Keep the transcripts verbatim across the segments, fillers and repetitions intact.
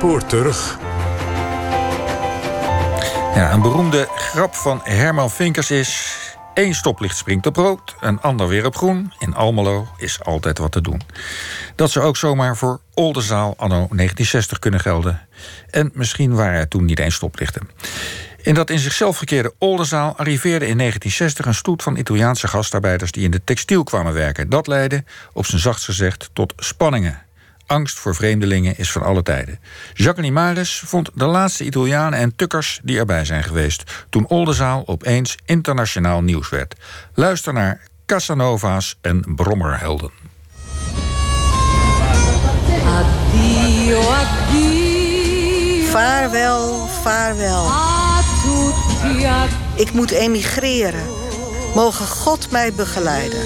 spoor terug. Ja, een beroemde grap van Herman Vinkers is: Eén stoplicht springt op rood, een ander weer op groen. In Almelo is altijd wat te doen. Dat zou ook zomaar voor Oldenzaal anno negentien zestig kunnen gelden. En misschien waren er toen niet eens stoplichten. In dat in zichzelf gekeerde Oldenzaal arriveerde in negentien zestig een stoet van Italiaanse gastarbeiders die in de textiel kwamen werken. Dat leidde, op zijn zachtst gezegd, tot spanningen. Angst voor vreemdelingen is van alle tijden. Jacqueline Maris vond de laatste Italianen en tukkers die erbij zijn geweest toen Oldenzaal opeens internationaal nieuws werd. Luister naar Casanova's en Brommerhelden. Addio, addio. Vaarwel, vaarwel. Ik moet emigreren. Mogen God mij begeleiden.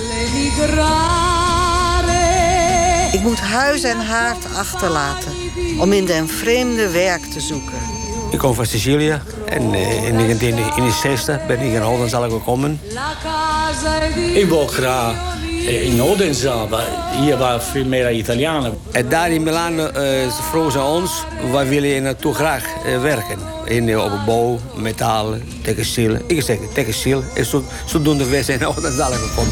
Ik moet huis en haard achterlaten om in den vreemde werk te zoeken. Ik kom van Sicilië en in negentien eenenzestig ben ik in Oldenzaal gekomen. Ik wil graag in Oldenzaal, maar hier waren veel meer Italianen. En daar in Milaan uh, vroegen ze ons, waar willen je naartoe graag uh, werken? In, uh, op een bouw, metaal, textiel. Ik zeg textiel. En zo, zodoende we zijn in Oldenzaal gekomen.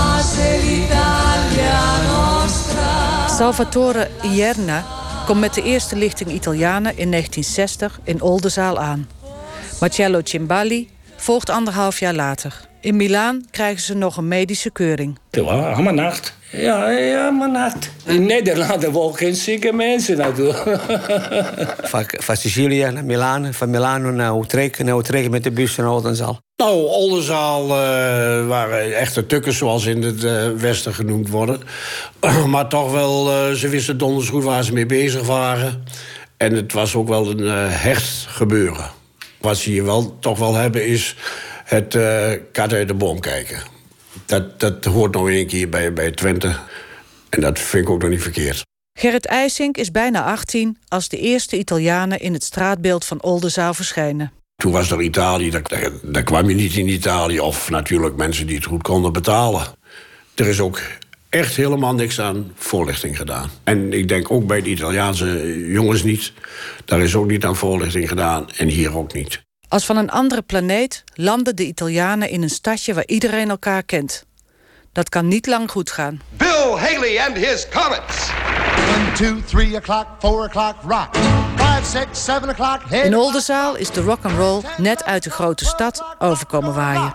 Salvatore Ierna komt met de eerste lichting Italianen in negentien zestig in Oldenzaal aan. Marcello Cimbali volgt anderhalf jaar later. In Milaan krijgen ze nog een medische keuring. Ja, helemaal nacht. Ja, ja, maar nacht. In Nederland hebben geen zieke mensen naartoe. van, van Sicilië naar Milaan, van Milaan naar Utrecht, naar Utrecht met de bus naar Oldenzaal. Nou, Oldenzaal uh, waren echte tukkers, zoals in het uh, Westen genoemd worden. Maar toch wel, uh, ze wisten donders goed waar ze mee bezig waren. En het was ook wel een uh, hecht gebeuren. Wat ze hier wel toch wel hebben is het uh, kat uit de boom kijken. Dat, dat hoort nog een keer bij, bij Twente. En dat vind ik ook nog niet verkeerd. Gerrit IJsink is bijna achttien als de eerste Italianen in het straatbeeld van Oldenzaal verschijnen. Toen was er Italië, daar, daar kwam je niet in Italië. Of natuurlijk mensen die het goed konden betalen. Er is ook echt helemaal niks aan voorlichting gedaan. En ik denk ook bij de Italiaanse jongens niet. Daar is ook niet aan voorlichting gedaan en hier ook niet. Als van een andere planeet landen de Italianen in een stadje waar iedereen elkaar kent. Dat kan niet lang goed gaan. Bill Haley and his Comets. one, two, three o'clock, four o'clock, rock. five, six, seven o'clock, hey. In Oldenzaal is de rock'n'roll net uit de grote stad overkomen waaien.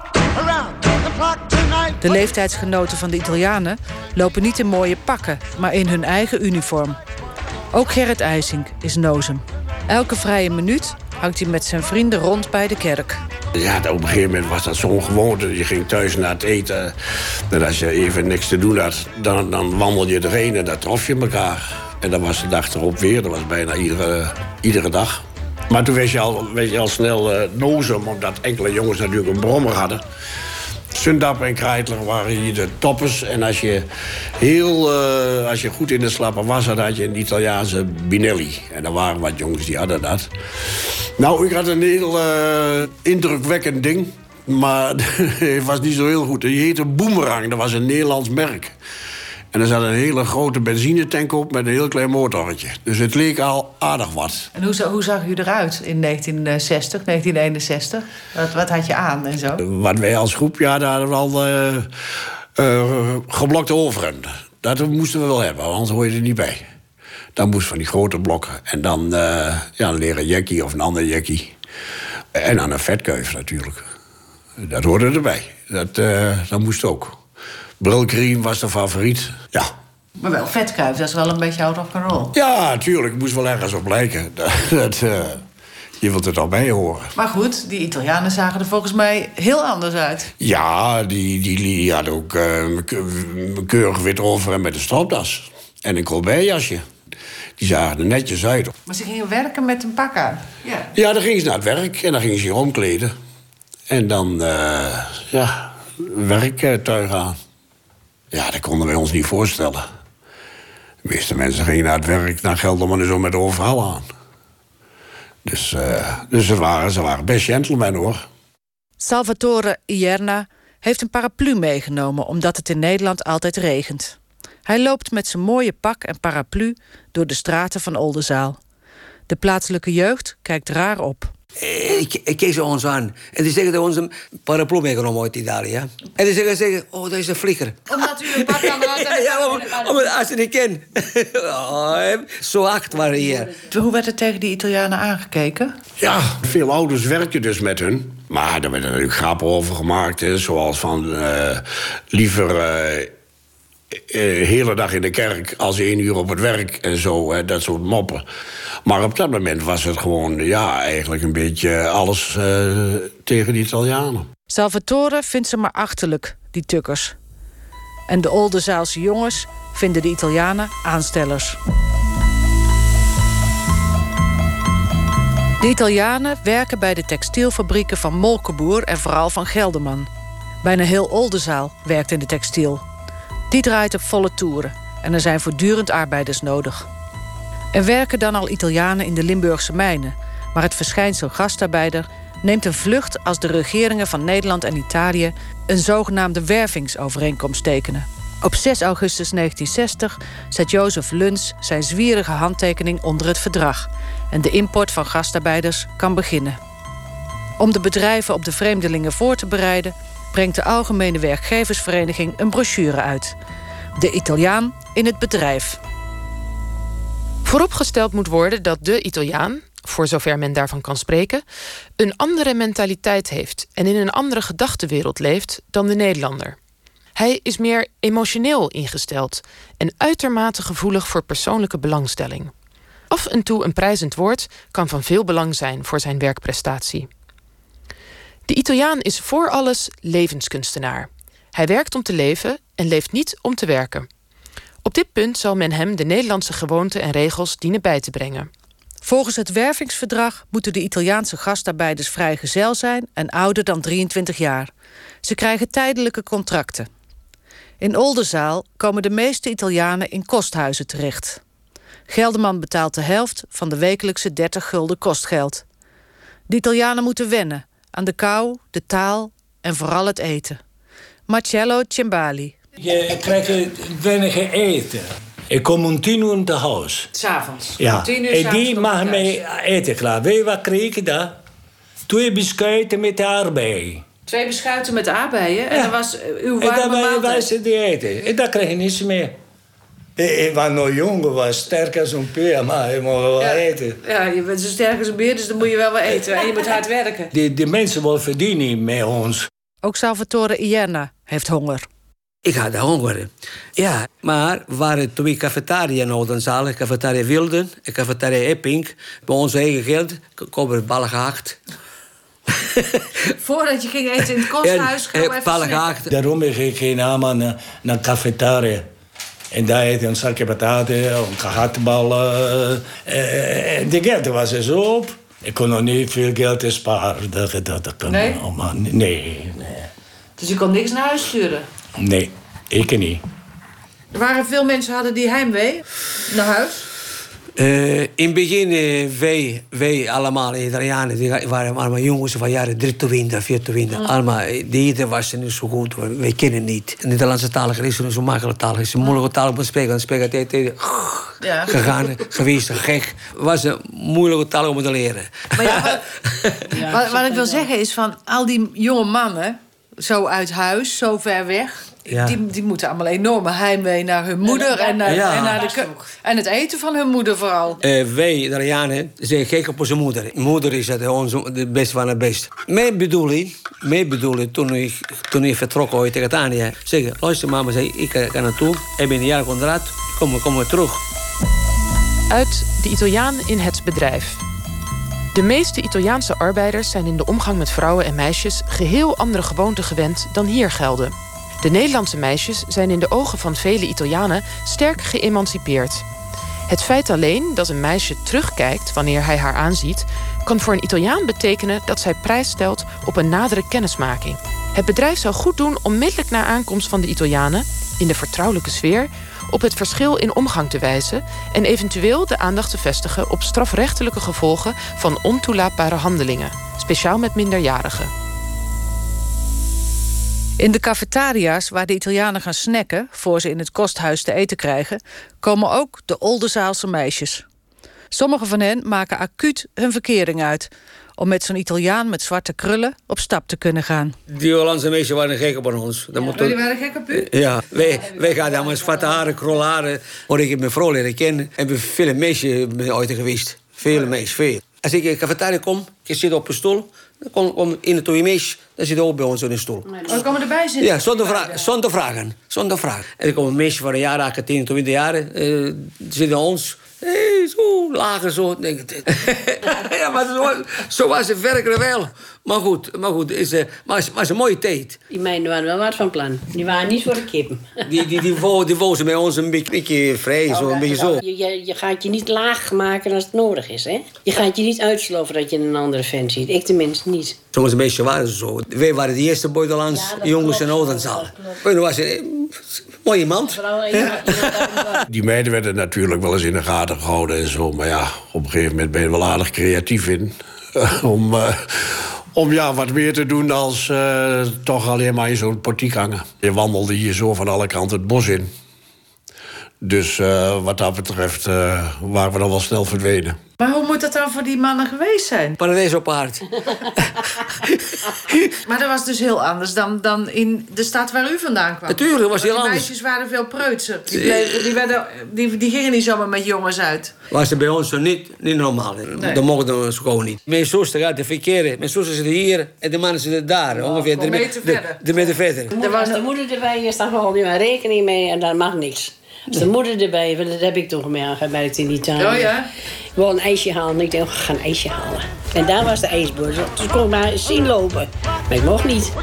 De leeftijdsgenoten van de Italianen lopen niet in mooie pakken, maar in hun eigen uniform. Ook Gerrit IJsink is nozem. Elke vrije minuut hangt hij met zijn vrienden rond bij de kerk. Ja, op een gegeven moment was dat zo'n gewoonte. Je ging thuis na het eten. En als je even niks te doen had, dan, dan wandelde je erheen en dan trof je elkaar. En dan was de dag erop weer. Dat was bijna iedere, iedere dag. Maar toen werd je al, werd je al snel uh, nozem, omdat enkele jongens natuurlijk een brommer hadden. Sundap en Kreitler waren hier de toppers. En als je, heel, uh, als je goed in de slappe was, had, had je een Italiaanse Binelli. En er waren wat jongens die hadden dat. Nou, ik had een heel uh, indrukwekkend ding. Maar het was niet zo heel goed. Die heette Boomerang, dat was een Nederlands merk. En er zat een hele grote benzinetank op met een heel klein motortje. Dus het leek al aardig wat. En hoe, hoe zag u eruit in negentien zestig, negentien eenenzestig? Wat, wat had je aan en zo? Wat wij als groepje hadden, hadden we al uh, uh, geblokte overhemden. Dat moesten we wel hebben, anders hoor je er niet bij. Dan moest van die grote blokken. En dan uh, ja, een leren jackie of een ander jackie. En dan een vetkuif natuurlijk. Dat hoorde erbij. Dat, uh, dat moest ook. Brilcream was de favoriet, ja. Maar wel vetkuif, dat is wel een beetje out of roll. Ja, natuurlijk. Het moest wel ergens op lijken. Dat, dat, uh, je wilt het al bij horen. Maar goed, die Italianen zagen er volgens mij heel anders uit. Ja, die, die, die hadden ook uh, een keurig wit over en met een stropdas. En een colbertjasje. Die zagen er netjes uit. Maar ze gingen werken met een pak aan? Ja, ja, dan gingen ze naar het werk en dan gingen ze hier omkleden. En dan, uh, ja, werktuig aan. Ja, dat konden wij ons niet voorstellen. De meeste mensen gingen naar het werk, naar Gelderman zo met overal aan. Dus, uh, dus ze, waren, ze waren best gentlemen, hoor. Salvatore Ierna heeft een paraplu meegenomen omdat het in Nederland altijd regent. Hij loopt met zijn mooie pak en paraplu door de straten van Oldenzaal. De plaatselijke jeugd kijkt raar op. Ik, ik keek ze ons aan. En die zeggen dat onze paraplu meegenomen uit Italië. En die zeggen, zeggen, oh, dat is een flikker. Omdat u een pak aan had. Ja, ja, om, om, als ze niet ken. Oh, zo acht waren hier. Hoe werd er tegen die Italianen aangekeken? Ja, veel ouders werken dus met hun. Maar daar werden natuurlijk grappen over gemaakt. Hè, zoals van uh, liever uh, de hele dag in de kerk als één uur op het werk en zo. Hè, dat soort moppen. Maar op dat moment was het gewoon, ja, eigenlijk een beetje alles uh, tegen de Italianen. Salvatore vindt ze maar achterlijk, die tukkers. En de Oldenzaalse jongens vinden de Italianen aanstellers. De Italianen werken bij de textielfabrieken van Molkenboer en vooral van Gelderman. Bijna heel Oldenzaal werkt in de textiel. Die draait op volle toeren en er zijn voortdurend arbeiders nodig. Er werken dan al Italianen in de Limburgse mijnen, maar het verschijnsel gastarbeider neemt een vlucht als de regeringen van Nederland en Italië een zogenaamde wervingsovereenkomst tekenen. Op zes augustus negentien zestig zet Jozef Luns zijn zwierige handtekening onder het verdrag en de import van gastarbeiders kan beginnen. Om de bedrijven op de vreemdelingen voor te bereiden, brengt de Algemene Werkgeversvereniging een brochure uit. De Italiaan in het bedrijf. Vooropgesteld moet worden dat de Italiaan, voor zover men daarvan kan spreken, een andere mentaliteit heeft en in een andere gedachtenwereld leeft dan de Nederlander. Hij is meer emotioneel ingesteld en uitermate gevoelig voor persoonlijke belangstelling. Af en toe een prijzend woord kan van veel belang zijn voor zijn werkprestatie. De Italiaan is voor alles levenskunstenaar. Hij werkt om te leven en leeft niet om te werken. Op dit punt zal men hem de Nederlandse gewoonten en regels dienen bij te brengen. Volgens het wervingsverdrag moeten de Italiaanse gastarbeiders vrijgezel zijn en ouder dan drieëntwintig jaar. Ze krijgen tijdelijke contracten. In Oldenzaal komen de meeste Italianen in kosthuizen terecht. Gelderman betaalt de helft van de wekelijkse dertig gulden kostgeld. De Italianen moeten wennen aan de kou, de taal en vooral het eten. Marcello Cimbali. Je krijgt weinig eten. Ik kom om tien uur in het huis. 's Avonds. Ja, en die mag mij eten klaar. Weet je wat kreeg ik daar? Twee biscuiten met aardbeien. Twee beschuiten met aardbeien? En Ja. dan was uw En warme dan maaltijd. was het die eten. En dan kreeg je niets meer. Ik was nog jong, was sterk als een peer, maar je mocht wel Ja. eten. Ja, je bent zo sterk als een beer, dus dan moet je wel wel eten. En je moet hard werken. Die, die mensen willen verdienen met ons. Ook Salvatore Ienna heeft honger. Ik had honger. Ja, maar er waren twee cafetaria in Oldenzaal. Cafetaria Wilden en cafetaria Epping. Bij ons eigen geld komen er ballen gehakt. Voordat je ging eten in het kosthuis, En, eh, ballen gehakt. Daarom ging ik geen naam naar, naar een cafetaria. En daar had je een zakje pataten, een gehaktballen. Uh, en de geld was er zo op. Ik kon nog niet veel geld sparen. Dat, dat, dat kon Nee? allemaal niet. Nee, nee. Dus je kon niks naar huis sturen? Nee, ik niet. Er waren veel mensen hadden die heimwee naar huis. Uh, in het begin, uh, wij, wij allemaal Italianen, die waren allemaal jongens van jaren drieëntwintig, vierentwintig. Mm. Allemaal, de eten was niet zo goed, wij kennen niet. De Nederlandse taal is niet zo makkelijk taal. Het is een moeilijke taal om te spreken. Dan spreken het tegen Ja. gegaan, geweest, gek. Het was een moeilijke taal om te leren. Maar ja, wat, ja, wat, wat ik wil zeggen is van al die jonge mannen, zo uit huis, zo ver weg. Ja. Die, die moeten allemaal enorme heimwee naar hun moeder en, naar, Ja. en, naar de, ke- en het eten van hun moeder vooral. Uh, wij, Italianen, zijn gek op onze moeder. Moeder is het, onze, de beste van het best. Mijn bedoeling, mijn bedoeling toen, ik, toen ik vertrok uit Catania, zeg, luister mama, zei, ik ga naartoe, ik ben een jaar contract, kom, kom weer terug. Uit De Italiaan in het bedrijf. De meeste Italiaanse arbeiders zijn in de omgang met vrouwen en meisjes geheel andere gewoonten gewend dan hier gelden. De Nederlandse meisjes zijn in de ogen van vele Italianen sterk geëmancipeerd. Het feit alleen dat een meisje terugkijkt wanneer hij haar aanziet, kan voor een Italiaan betekenen dat zij prijs stelt op een nadere kennismaking. Het bedrijf zou goed doen onmiddellijk na aankomst van de Italianen, in de vertrouwelijke sfeer, op het verschil in omgang te wijzen en eventueel de aandacht te vestigen op strafrechtelijke gevolgen van ontoelaatbare handelingen, speciaal met minderjarigen. In de cafetaria's waar de Italianen gaan snacken voor ze in het kosthuis te eten krijgen, komen ook de Oldenzaalse meisjes. Sommigen van hen maken acuut hun verkering uit om met zo'n Italiaan met zwarte krullen op stap te kunnen gaan. Die Hollandse meisjes waren gek op ons. Ja, moeten... Die waren gek op u? Ja, wij, wij gaan daar met zwarte haren, krollaren. Word ik mijn vrouw leren kennen. En we veel meisjes ooit geweest. Vele meisjes, veel. Als ik in de cafetaria kom, ik zit op een stoel. Dan kom, kom in de twee meisjes, dan zit ook bij ons in een stoel. Oh, dan komen erbij zitten? Ja, zonder, vra zonder vragen. Zonder vragen. En dan komen een meisje van een jaar, achttien, twintig jaar. Uh, zitten ons. Hey, zo, lager zo. Ja, maar zo, zo was het werkelijk wel. Maar goed, maar goed, is, uh, maar het was een mooie tijd. Die meiden waren wel wat van plan. Die waren niet voor de kippen. Die, die, die, wo die wozen bij ons een beetje, beetje vrij, zo, een beetje zo. Je, je, je gaat je niet laag maken als het nodig is, hè? Je gaat je niet uitsloven dat je een andere vent ziet. Ik tenminste niet. Sommige mensen waren zo. Wij waren de eerste buitenlands ja, jongens en Oldenzaal. Toen was hij een mooie man. Die meiden werden natuurlijk wel eens in de gaten gehouden en zo. Maar ja, op een gegeven moment ben je wel aardig creatief in. om, uh, om ja, wat meer te doen als uh, toch alleen maar in zo'n portiek hangen. Je wandelde hier zo van alle kanten het bos in. Dus uh, wat dat betreft uh, waren we dan wel snel verdwenen. Maar hoe moet dat dan voor die mannen geweest zijn? Paradijs op paard. Maar dat was dus heel anders dan, dan in de stad waar u vandaan kwam. Natuurlijk was heel anders. Die meisjes waren veel preutser. Die, bleven, die, werden, die, die gingen niet zomaar met jongens uit. Was er bij ons zo niet, niet normaal. Nee. Dat mochten we gewoon niet. Mijn zuster gaat de verkeren. Mijn zuster zit hier en de mannen zitten daar. Oh, ongeveer de meter verder. De meter verder. De, was de moeder erbij is, dan gewoon niet meer rekening mee en dan mag niks. Als de moeder erbij, dat heb ik toen gemerkt in Italië. Oh ja? Ik wil een ijsje halen. Ik dacht, ik ga een ijsje halen. En daar was de ijsbeurs. Dus kon ik maar eens zien lopen. Maar ik mocht niet.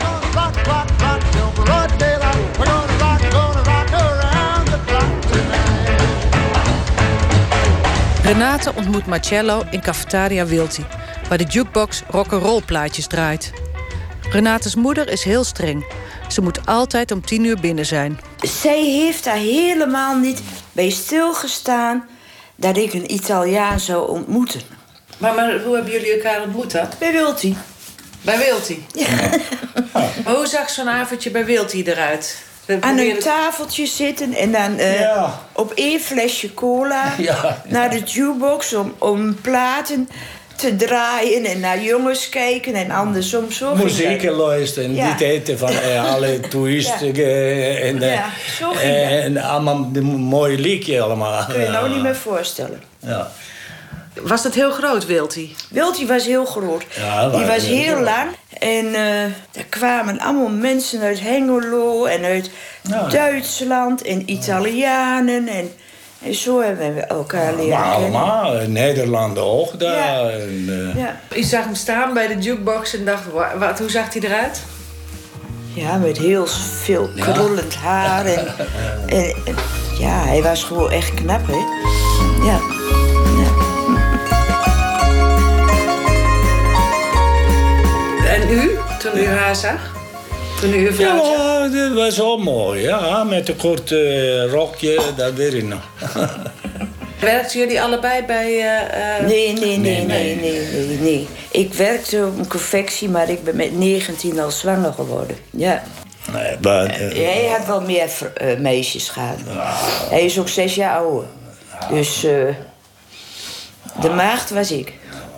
Renate ontmoet Marcello in Cafetaria Wilti, waar de jukebox rock'n'roll plaatjes draait. Renates moeder is heel streng. Ze moet altijd om tien uur binnen zijn. Zij heeft daar helemaal niet bij stilgestaan dat ik een Italiaan zou ontmoeten. Maar, maar hoe hebben jullie elkaar ontmoet dan? Bij Wilti. Bij Wilti? Ja. Maar hoe zag zo'n avondje bij Wilti eruit? Aan een tafeltje zitten en dan uh, ja. op één flesje cola ja. naar de jukebox om, om platen te draaien en naar jongens kijken en andersom zo. Muziek luisteren, ja. die tijd van uh, alle toeristen ja. en, uh, ja, zo uh, en allemaal de mooie liedje allemaal. Kun je je nou niet meer voorstellen. Ja. Was dat heel groot, Wilti? Wilti was heel groot. Ja, die was heel groot. lang. En uh, er kwamen allemaal mensen uit Hengelo en uit ja. Duitsland en Italianen. En, en zo hebben we elkaar leren maar kennen. allemaal, Nederlanden ook daar. Ja. En, uh... ja. Je zag hem staan bij de jukebox en dacht, wat, hoe zag hij eruit? Ja, met heel veel krullend ja. haar. En, en, en ja, hij was gewoon echt knap, hè. Ja. En u, toen u haar zag? Toen u uw vrouwtje? Ja, dat was wel mooi, ja. Met een kort uh, rokje, dat weet ik nog. Werkten jullie allebei bij... Uh, nee, nee, nee, nee, nee, nee, nee. Ik werkte op een confectie, maar ik ben met negentien al zwanger geworden. Ja. Nee, maar, uh, hij had wel meer uh, meisjes gehad. Uh, hij is ook zes jaar ouder. Uh, dus uh, de maagd was ik.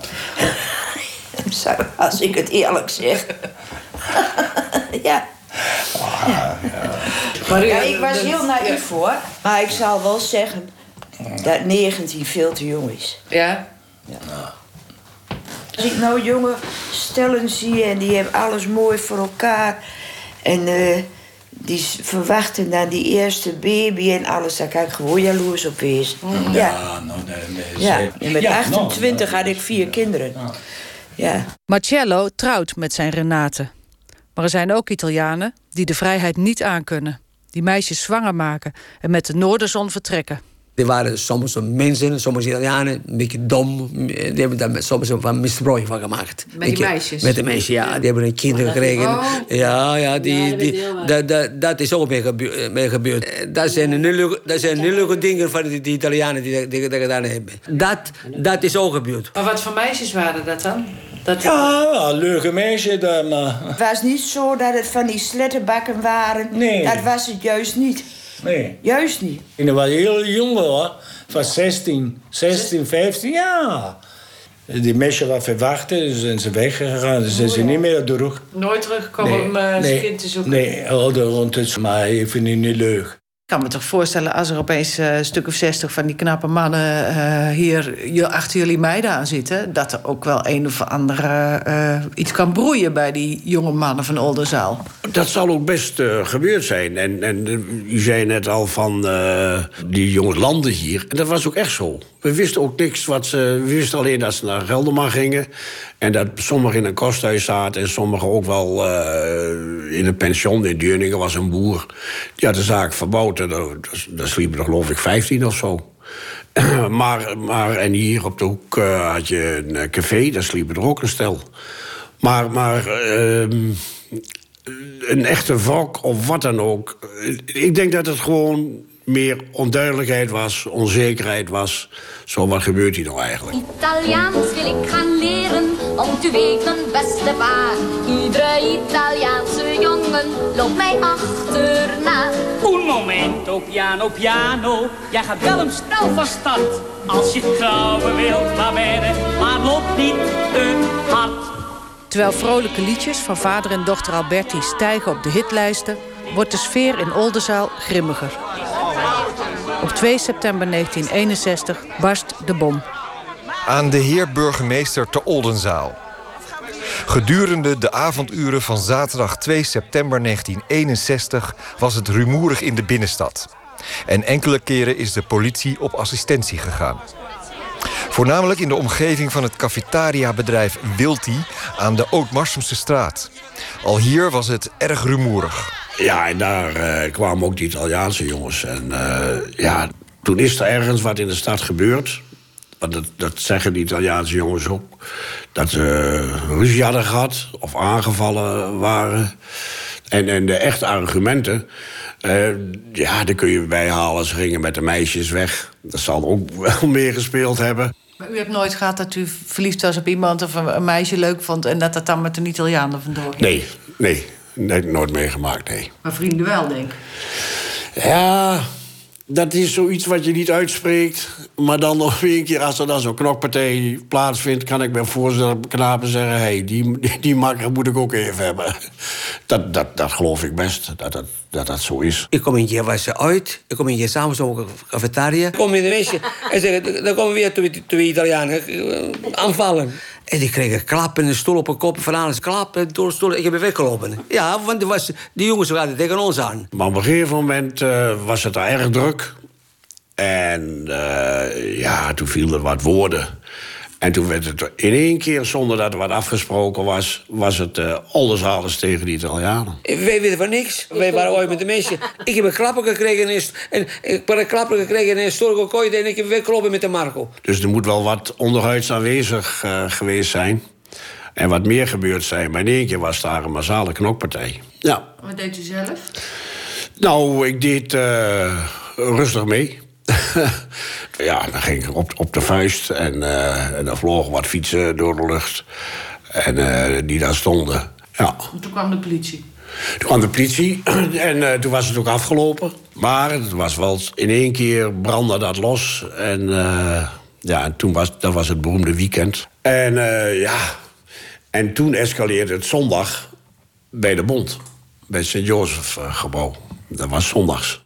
Als ik het eerlijk zeg. ja. Ah, ja. Maar ja, ik was heel naïef hoor. Maar ik zal wel zeggen dat negentien veel te jong is. Ja? Ja. Als ik nou jonge stellen zie en die hebben alles mooi voor elkaar. En uh, die verwachten dan die eerste baby en alles. Daar kan ik gewoon jaloers op wezen. Mm. Ja, ja, nou, nee, nee, ja. En met ja, achtentwintig no, had ik vier kinderen. Ja. Ja. Marcello trouwt met zijn Renate. Maar er zijn ook Italianen die de vrijheid niet aankunnen. Die meisjes zwanger maken en met de noorderzon vertrekken. Er waren soms mensen, sommige Italianen, een beetje dom. Die hebben daar soms een misbruik van gemaakt. Met die meisjes? Met de meisjes, ja. Die hebben een kinderen gekregen. Oh. Ja, ja, die, die, dat, dat, dat is ook mee gebeurd. Mee gebeurd. Dat zijn nullige, dat zijn nullige dingen van die, die Italianen die dat gedaan hebben. Dat, dat is ook gebeurd. Maar wat voor meisjes waren dat dan? Dat... Ja, leuke meisjes dan. Maar... Het was niet zo dat het van die slettenbakken waren. Nee. Dat was het juist niet. Nee. Juist niet. En dat was heel jong hoor. Van zestien, zestien, vijftien, ja. Die meisje was verwachten, dus zijn ze weggegaan. Dus zijn ze niet meer terug. Nooit teruggekomen nee, om uh, nee, zijn kind te zoeken? Nee, ondertussen, maar ik vind het niet leuk. Ik kan me toch voorstellen als er opeens uh, een stuk of zestig van die knappe mannen uh, hier achter jullie meiden aan zitten, dat er ook wel een of andere uh, iets kan broeien bij die jonge mannen van Oldenzaal. Dat zal ook best uh, gebeurd zijn. En, en u zei net al van uh, die jonge landen hier. En dat was ook echt zo. We wisten ook niks wat ze. We wisten alleen dat ze naar Gelderman gingen. En dat sommigen in een kosthuis zaten. En sommigen ook wel uh, in een pension. In Deurningen was een boer. Die had de zaak verbouwd. En daar, daar sliepen er geloof ik vijftien of zo. maar, maar, en hier op de hoek uh, had je een café. Daar sliepen er ook een stel. Maar, maar uh, een echte wrok of wat dan ook. Ik denk dat het gewoon meer onduidelijkheid was, onzekerheid was. Zo, wat gebeurt hier nou eigenlijk? Italiaans wil ik gaan leren, om te weten, beste pa. Iedere Italiaanse jongen loopt mij achterna. Un momento, piano, piano. Jij gaat wel hem snel van start. Als je trouwen wilt, va bene, maar loop niet te hard. Terwijl vrolijke liedjes van vader en dochter Alberti stijgen op de hitlijsten, wordt de sfeer in Oldenzaal grimmiger. Op twee september negentien eenenzestig barst de bom. Aan de heer burgemeester te Oldenzaal. Gedurende de avonduren van zaterdag twee september negentien eenenzestig was het rumoerig in de binnenstad. En enkele keren is de politie op assistentie gegaan. Voornamelijk in de omgeving van het cafetariabedrijf Wilti aan de Oud-Marsumse straat. Al hier was het erg rumoerig. Ja, en daar uh, kwamen ook die Italiaanse jongens. En uh, ja, toen is er ergens wat in de stad gebeurd. Want dat, dat zeggen die Italiaanse jongens ook. Dat ze uh, ruzie hadden gehad of aangevallen waren. En, en de echte argumenten, uh, ja, daar kun je bijhalen. Ze gingen met de meisjes weg. Dat zal ook wel meer gespeeld hebben. Maar u hebt nooit gehad dat u verliefd was op iemand of een meisje leuk vond en dat dat dan met een Italiaan er vandoor ging? Nee, nee. Nee, nooit meegemaakt, nee. Maar vrienden wel, denk ik. Ja, dat is zoiets wat je niet uitspreekt. Maar dan nog een keer, als er dan zo'n knokpartij plaatsvindt, kan ik me voorstellen dat knapen zeggen, hey, die, die, die makker moet ik ook even hebben. Dat, dat, dat geloof ik best, dat dat, dat dat zo is. Ik kom een keer was ze uit. Ik kom een keer samen zo op een cafetaria. Ik kom in de meisje en zeggen, dan komen weer twee, twee Italianen aanvallen. En die kregen klappen, een stoel op een kop, van alles klappen, door de stoel. Ik heb er weggelopen. Ja, want was, die jongens waren tegen ons aan. Maar op een gegeven moment uh, was het daar erg druk. En uh, ja, toen viel er wat woorden. En toen werd het in één keer, zonder dat er wat afgesproken was, was het uh, Oldenzaalers tegen de Italianen. Wij weten van niks. Wij waren ooit met de meisje. Ik heb een klapper gekregen en, en ik heb een klapper gekregen en een storgo kooide en ik heb weggelopen met de Marco. Dus er moet wel wat onderhuids aanwezig uh, geweest zijn. En wat meer gebeurd zijn. Maar in één keer was daar een massale knokpartij. Ja. Wat deed u zelf? Nou, ik deed uh, rustig mee. Ja, dan ging ik op, op de vuist en, uh, en dan vlogen wat fietsen door de lucht. En uh, die daar stonden. Ja. En toen kwam de politie? Toen kwam de politie en uh, toen was het ook afgelopen. Maar het was wel in één keer brandde dat los. En uh, ja, en toen was, dat was het beroemde weekend. En uh, ja, en toen escaleerde het zondag bij de Bond. Bij het Sint-Jozef-gebouw. Dat was zondags.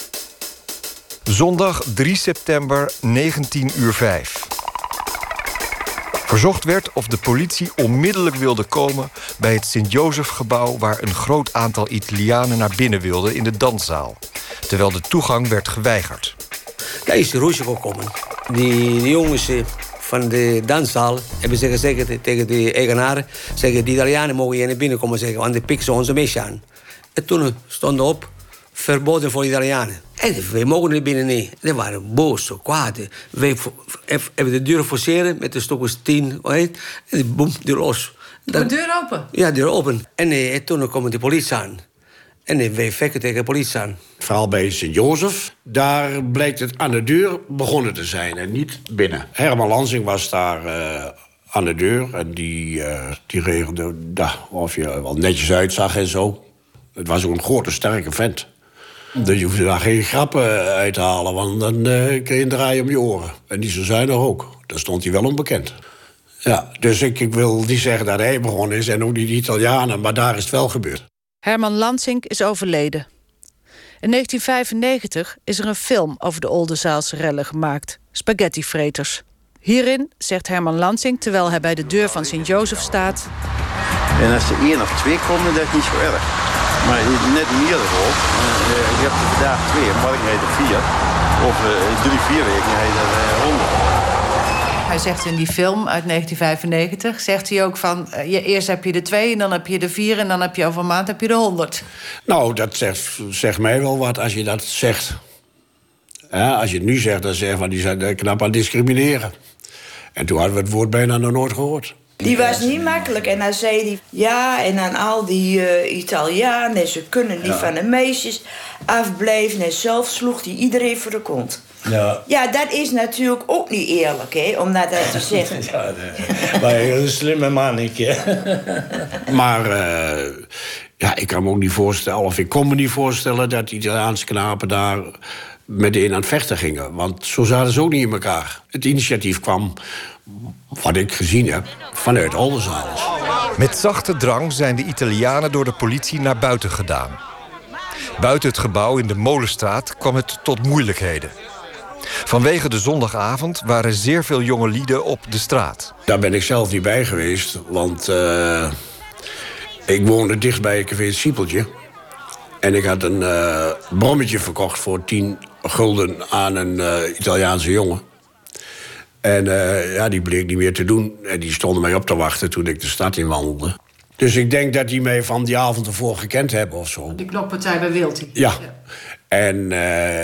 Zondag drie september, negentien uur vijf. Verzocht werd of de politie onmiddellijk wilde komen bij het Sint-Jozef-gebouw waar een groot aantal Italianen naar binnen wilden in de danszaal, terwijl de toegang werd geweigerd. Daar is de roosje gekomen. Die, die jongens van de danszaal hebben ze gezegd tegen de eigenaren, zeggen, die Italianen mogen hier naar binnen komen, zeggen, want die pikken ze onze meisje aan. En toen stonden op, verboden voor Italianen. En wij mogen er binnen niet. Die waren boos, zo kwaad. Wij hebben de deur forceren met een stuk of tien. En die boem, deur los. De deur open? Ja, deur open. En, en toen kwam de politie aan. En wij vechten tegen de politie aan. Het verhaal bij Sint-Jozef, daar blijkt het aan de deur begonnen te zijn en niet binnen. Herman Lansing was daar uh, aan de deur en die, uh, die regelde uh, of je wel netjes uitzag en zo. Het was ook een grote, sterke vent. Dus je hoefde daar geen grappen uit te halen, want dan uh, kun je een draai om je oren. En die zo zijn er ook. Daar stond hij wel onbekend. Ja, dus ik, ik wil niet zeggen dat hij begonnen is en ook niet de Italianen, maar daar is het wel gebeurd. Herman Lansink is overleden. In negentien vijfennegentig is er een film over de Oldenzaalse rellen gemaakt, Spaghettivreters. Hierin zegt Herman Lansink, terwijl hij bij de deur van Sint-Jozef staat: En als er één of twee komen, dat is niet zo erg. Maar net meerdere ook. Uh, je hebt er vandaag twee, morgen heet er vier. Of uh, drie, vier weken heet er uh, honderd. Hij zegt in die film uit negentien vijfennegentig, zegt hij ook van, uh, je, eerst heb je de twee, en dan heb je de vier, en dan heb je over een maand heb je de honderd. Nou, dat zegt, zegt mij wel wat als je dat zegt. Ja, als je het nu zegt, dan zeg je van, die zijn knap aan het discrimineren. En toen hadden we het woord bijna nog nooit gehoord. Die was niet makkelijk. En dan zei hij, ja, en aan al die uh, Italianen, ze kunnen niet ja. van de meisjes afblijven. En zelf sloeg hij iedereen voor de kont. Ja. Ja, dat is natuurlijk ook niet eerlijk, hè, om dat te zeggen. Ja, maar een slimme mannetje. Maar uh, ja, ik kan me ook niet voorstellen, of ik kon me niet voorstellen dat die Italiaanse knapen daar met de een aan het vechten gingen. Want zo zaten ze ook niet in elkaar. Het initiatief kwam, wat ik gezien heb, vanuit Oldenzaalers. Met zachte drang zijn de Italianen door de politie naar buiten gedaan. Buiten het gebouw in de Molenstraat kwam het tot moeilijkheden. Vanwege de zondagavond waren zeer veel jonge lieden op de straat. Daar ben ik zelf niet bij geweest, want uh, ik woonde dicht bij een café Het Siepeltje. En ik had een uh, brommetje verkocht voor tien gulden aan een uh, Italiaanse jongen. En uh, ja, die bleek niet meer te doen. En die stonden mij op te wachten toen ik de stad in wandelde. Dus ik denk dat die mij van die avond ervoor gekend hebben of zo. Die knokpartij bij Wilty. Ja. ja. En uh,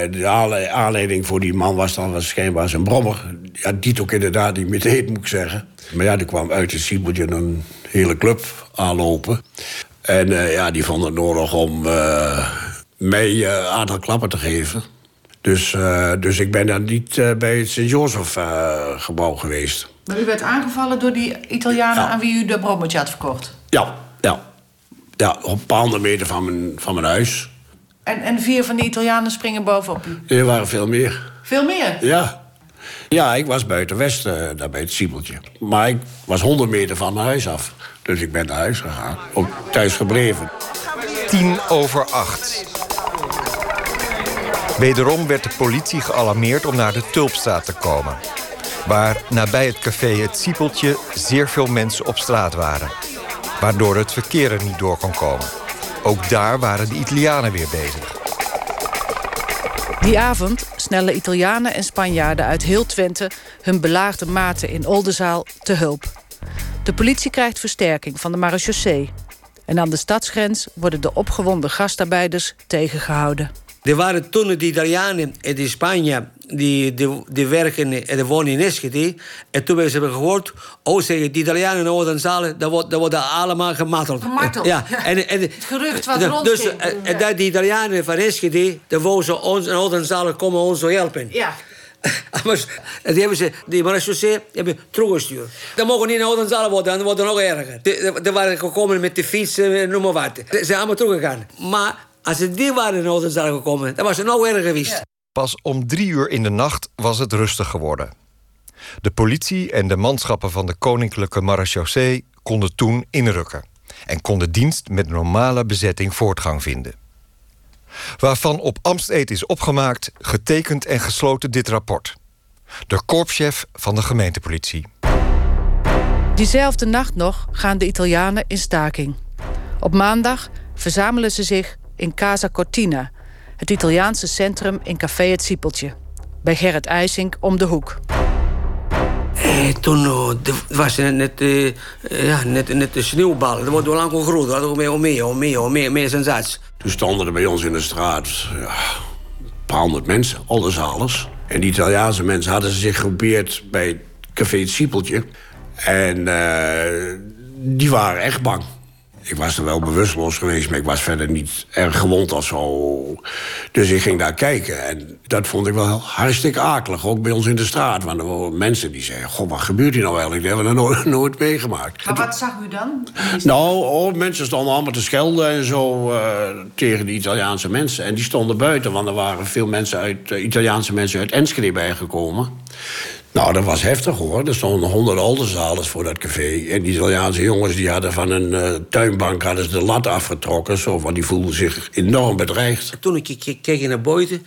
de aanleiding voor die man was dan waarschijnlijk zijn brommer. Ja, die ook inderdaad niet meteen, moet ik zeggen. Maar ja, er kwam uit het Siepeltje een hele club aanlopen. En uh, ja, die vonden het nodig om uh, mij een uh, aantal klappen te geven. Dus, uh, dus ik ben dan niet uh, bij het Sint-Jozef-gebouw uh, geweest. Maar u werd aangevallen door die Italianen ja. aan wie u de brommetje had verkocht? Ja, ja. Ja, op een paar honderd meter van mijn, van mijn huis. En, en vier van die Italianen springen bovenop u? Er waren veel meer. Veel meer? Ja. Ja, ik was buiten Westen, uh, daar bij het Siepeltje. Maar ik was honderd meter van mijn huis af. Dus ik ben naar huis gegaan. Ook thuis gebleven. Tien over acht. Wederom werd de politie gealarmeerd om naar de Tulpstraat te komen. Waar nabij het café Het Siepeltje zeer veel mensen op straat waren. Waardoor het verkeer er niet door kon komen. Ook daar waren de Italianen weer bezig. Die avond snellen Italianen en Spanjaarden uit heel Twente hun belaagde maten in Oldenzaal te hulp. De politie krijgt versterking van de marechaussee. En aan de stadsgrens worden de opgewonden gastarbeiders tegengehouden. Er waren toen de Italianen en de Spanjaarden die, die, die werken en wonen in Enschede. En toen hebben ze gehoord, oh zeggen, die Italianen in Oldenzalen, dat wordt, dat wordt allemaal gemarteld. Gemarteld? Ja. En, en, het gerucht wat de, rondging. Dus en, en dat die Italianen van Enschede, dan wouden ze ons in Oldenzalen komen ons zo helpen. Ja. Maar die hebben ze, die marechaussee hebben teruggestuurd. Dan mogen niet in Oldenzalen worden, dan wordt het nog erger. Ze waren gekomen met de fiets en noem maar wat. Ze zijn allemaal teruggegaan. Maar als ze die waren in Oldenzalen gekomen, dan was het nog erger geweest. Ja. Pas om drie uur in de nacht was het rustig geworden. De politie en de manschappen van de Koninklijke Marechaussee konden toen inrukken en konden dienst met normale bezetting voortgang vinden. Waarvan op Amsteed is opgemaakt, getekend en gesloten dit rapport. De korpschef van de gemeentepolitie. Diezelfde nacht nog gaan de Italianen in staking. Op maandag verzamelen ze zich in Casa Cortina, het Italiaanse centrum in café Het Siepeltje, bij Gerrit IJsink om de hoek. Eh, toen uh, was het net, uh, ja, net, net de sneeuwbal. Dat wordt al lang groter. Dat was meer, meer, meer, meer, meer sensatie. Toen stonden er bij ons in de straat ja, een paar honderd mensen, Oldenzalers. En die Italiaanse mensen hadden zich gegroepeerd bij het café Het Siepeltje. En uh, die waren echt bang. Ik was er wel bewusteloos geweest, maar ik was verder niet erg gewond of zo. Dus ik ging daar kijken en dat vond ik wel hartstikke akelig. Ook bij ons in de straat, want er waren mensen die zeiden... goh, wat gebeurt hier nou eigenlijk? Dat hebben we nooit, nooit meegemaakt. Maar wat zag u dan? Nou, oh, mensen stonden allemaal te schelden en zo uh, tegen de Italiaanse mensen. En die stonden buiten, want er waren veel mensen uit, uh, Italiaanse mensen uit Enschede bijgekomen. Nou, dat was heftig, hoor. Er stonden honderd Oldenzalers voor dat café. En die Italiaanse jongens die hadden van een uh, tuinbank hadden ze de lat afgetrokken. Zo, want die voelden zich enorm bedreigd. Toen ik keek naar buiten...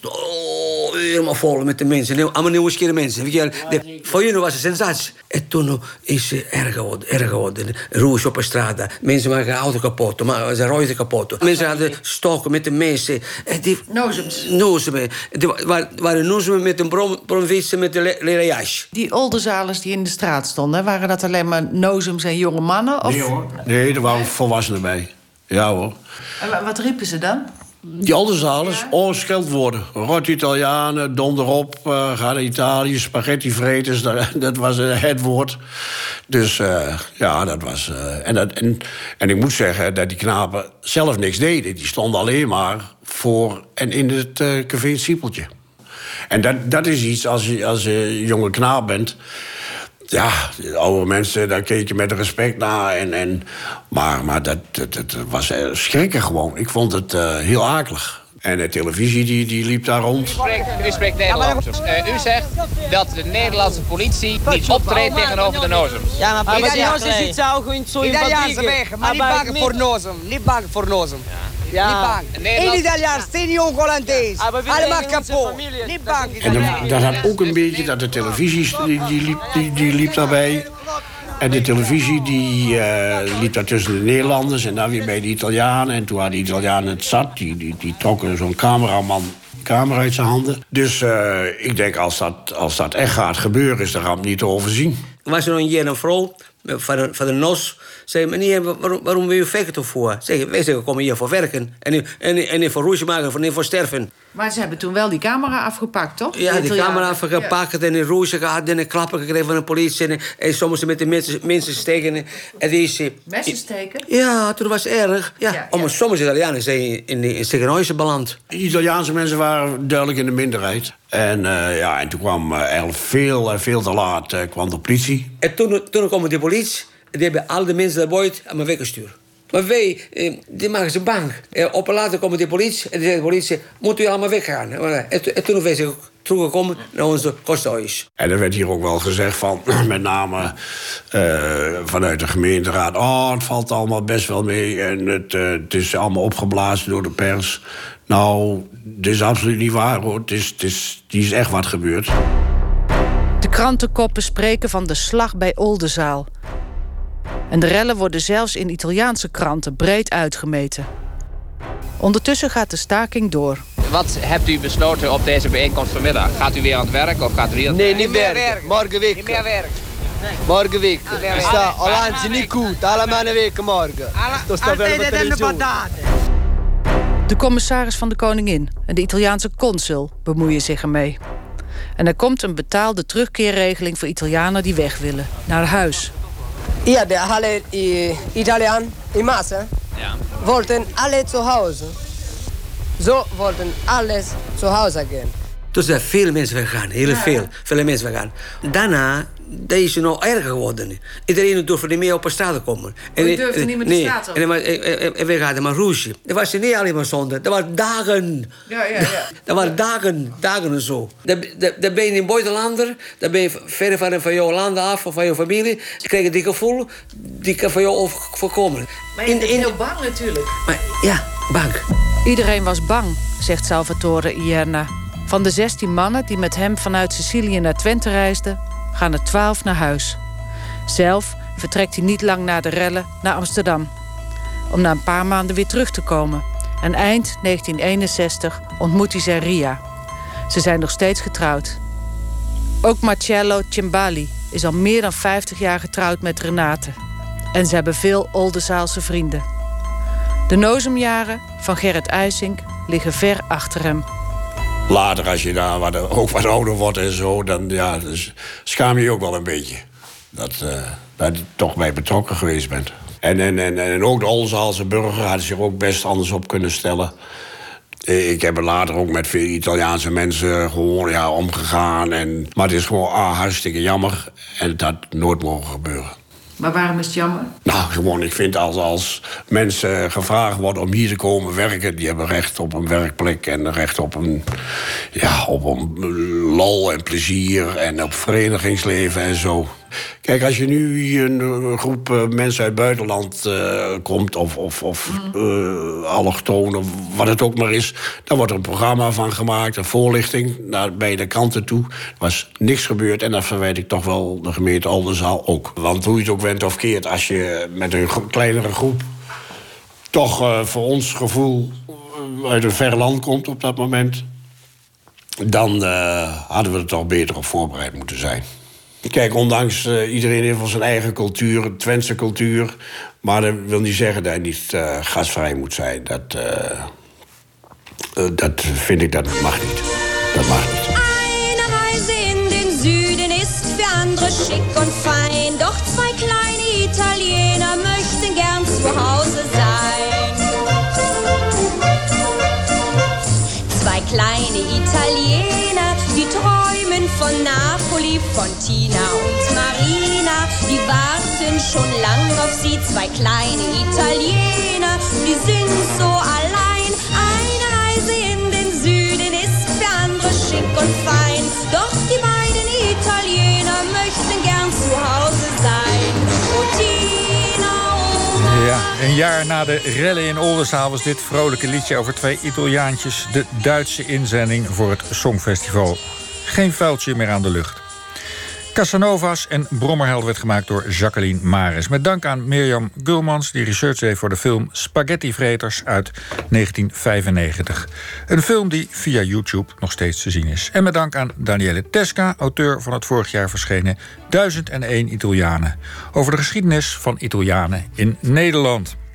Oh, helemaal vol met de mensen. Allemaal nieuwsgierige mensen. De, voor jullie was het een sensatie. En toen is het erg geworden. Erg geworden. Roes op de straat. Mensen maken auto kapot. Maar ze rooien kapot. Mensen hadden stokken met de mensen. Nozems. Nozems. Er waren nozems met een bromfiets met een leren jas. Die Oldenzalers die in de straat stonden... waren dat alleen maar nozems en jonge mannen? Of? Nee, hoor. Nee, er waren volwassenen bij. Ja, hoor. En wat riepen ze dan? Die Oldenzalers, ja? Oh, scheldwoorden. Rot Italianen, donder op, uh, ga naar Italië, spaghetti vreters, dat, dat was uh, het woord. Dus uh, ja, dat was... Uh, en, dat, en, en ik moet zeggen dat die knapen zelf niks deden. Die stonden alleen maar voor en in het uh, café Het Siepeltje. En dat, dat is iets, als je, als je jonge knaap bent... Ja, oude mensen, daar keek je met respect naar. En, en, maar maar dat, dat, dat was schrikken gewoon. Ik vond het uh, heel akelig. En de televisie die, die liep daar rond. U spreekt, u spreekt Nederlands. Uh, u zegt dat de Nederlandse politie niet optreedt tegenover de nozems. Ja, maar Italiaanse zit zo goed zo in Italiaanse weg, maar niet bang voor nozem. Niet bang voor nozem. Ja. Niet bang. In Italiaans, geen Hollandees. Allemaal kapot. Niet bang. En dan, dat had ook een beetje dat de televisie die, die, liep, die, die liep daarbij. En de televisie die uh, liep daar tussen de Nederlanders en dan weer bij de Italianen. En toen hadden de Italianen het zat. Die, die, die trokken zo'n cameraman de camera uit zijn handen. Dus uh, ik denk, als dat, als dat echt gaat gebeuren, is de ramp niet te overzien. Er was er nog een keer een vrouw van de, van de N O S. Zei, meneer, waarom, waarom wil je vechten voor? Zeg, wij zeggen, we komen hier voor werken. En niet, en, en niet voor roesje maken, niet voor sterven. Maar ze hebben toen wel die camera afgepakt, toch? Ja, die camera afgepakt ja. En een roesje gehad en een klappen gekregen van de politie. En, en soms met de mensen, mensen steken. En die, messen steken? Ja, toen was het erg. Ja, ja, ja. Sommige Italianen zijn in de ziekenhuizen beland. De Italiaanse mensen waren duidelijk in de minderheid. En, uh, ja, en toen kwam uh, eigenlijk veel, uh, veel te laat uh, kwam de politie. En toen, toen kwam de politie. En die hebben al de mensen daar buiten aan me weggestuurd. Maar wij, eh, die maken ze bang. Eh, op en later komt de politie en die zegt de politie, moet u allemaal weggaan. En, en toen zijn ze teruggekomen naar onze kosthuis. En er werd hier ook wel gezegd van, met name uh, vanuit de gemeenteraad, oh, het valt allemaal best wel mee en het, uh, het is allemaal opgeblazen door de pers. Nou, dit is absoluut niet waar, hoor. Het is, het is, die is echt wat gebeurd. De krantenkoppen spreken van de slag bij Oldenzaal. En de rellen worden zelfs in Italiaanse kranten breed uitgemeten. Ondertussen gaat de staking door. Wat hebt u besloten op deze bijeenkomst vanmiddag? Gaat u weer aan het werk of gaat u hier aan het Nee, niet werken. werken. Morgen week. Niet meer werk. Nee. Morgen week. We staan Hollandse niet goed. Allemaal een week morgen. De commissaris van de koningin en de Italiaanse consul bemoeien zich ermee. En er komt een betaalde terugkeerregeling voor Italianen die weg willen. Naar huis. Ja, de alle Italianen in massa ja. Wollten alle zu Hause. Zo wollten alles zu Hause gaan. Toen zijn veel mensen weggegaan, heel ja. veel, veel mensen weggegaan. Daarna dat is het nog erger geworden. Iedereen durfde niet meer op de straat te komen. En je durfde niet meer de straat op? En, en we hadden maar roesje. Dat was niet alleen maar zonde, dat waren dagen. Ja, ja, ja. Dat waren dagen, dagen en zo. Dan ben je in buitenlander, dan ben je verder van, van jouw land af of van jouw familie. Ze krijgen die gevoel, die kan van jou voorkomen. Maar je bent in, heel bang natuurlijk. Maar ja, bang. Iedereen was bang, zegt Salvatore Ierna. Van de zestien mannen die met hem vanuit Sicilië naar Twente reisden, gaan er twaalf naar huis. Zelf vertrekt hij niet lang na de rellen naar Amsterdam. Om na een paar maanden weer terug te komen. En eind negentien eenenzestig ontmoet hij zijn Ria. Ze zijn nog steeds getrouwd. Ook Marcello Cimbali is al meer dan vijftig jaar getrouwd met Renate. En ze hebben veel Oldenzaalse vrienden. De nozemjaren van Gerrit IJsink liggen ver achter hem. Later, als je daar wat, ook wat ouder wordt en zo, dan ja, dus schaam je je ook wel een beetje. Dat, uh, dat je toch bij betrokken geweest bent. En, en, en, en ook de Oldenzaalse burger had zich ook best anders op kunnen stellen. Ik heb er later ook met veel Italiaanse mensen gewoon ja, omgegaan. En, maar het is gewoon ah, hartstikke jammer. En het had nooit mogen gebeuren. Maar waarom is het jammer? Nou, gewoon, ik vind als, als mensen gevraagd worden om hier te komen werken... die hebben recht op een werkplek en recht op een, ja, op een lol en plezier... en op verenigingsleven en zo. Kijk, als je nu hier een groep uh, mensen uit het buitenland uh, komt... of, of, of uh, allochtonen, wat het ook maar is... dan wordt er een programma van gemaakt, een voorlichting... naar beide kanten toe. Er was niks gebeurd en dat verwijt ik toch wel de gemeente Oldenzaal ook. Want hoe je het ook went of keert, als je met een kleinere groep... toch uh, voor ons gevoel uh, uit een ver land komt op dat moment... dan uh, hadden we er toch beter op voorbereid moeten zijn. Kijk, ondanks uh, iedereen heeft wel zijn eigen cultuur, een Twentse cultuur... maar dat wil niet zeggen dat je niet uh, gastvrij moet zijn. Dat, uh, uh, dat vind ik, dat mag niet. Dat mag niet. Eine Reise in den Süden ist für andere schick und fein. Doch zwei kleine Italiener möchten gern zu Hause sein. Zwei kleine Italiener, die träumen von Napoli, von Tina und Marina. Die warten schon lang auf sie, zwei kleine Italiener, die sind so allein. Eine Reise in den Süden ist für andere schick und fein. Doch die beiden Italiener möchten gern zu Hause sein. Oh Tina, oh Ja, een jaar na de rellen in Oldenzaal was dit vrolijke liedje over twee Italiaantjes de Duitse inzending voor het Songfestival. Geen vuiltje meer aan de lucht. Casanova's en Brommerheld werd gemaakt door Jacqueline Maris. Met dank aan Mirjam Gulmans, die research deed voor de film Spaghettivreters uit negentien vijfennegentig. Een film die via YouTube nog steeds te zien is. En met dank aan Daniele Tesca, auteur van het vorig jaar verschenen duizend en één Italianen. Over de geschiedenis van Italianen in Nederland.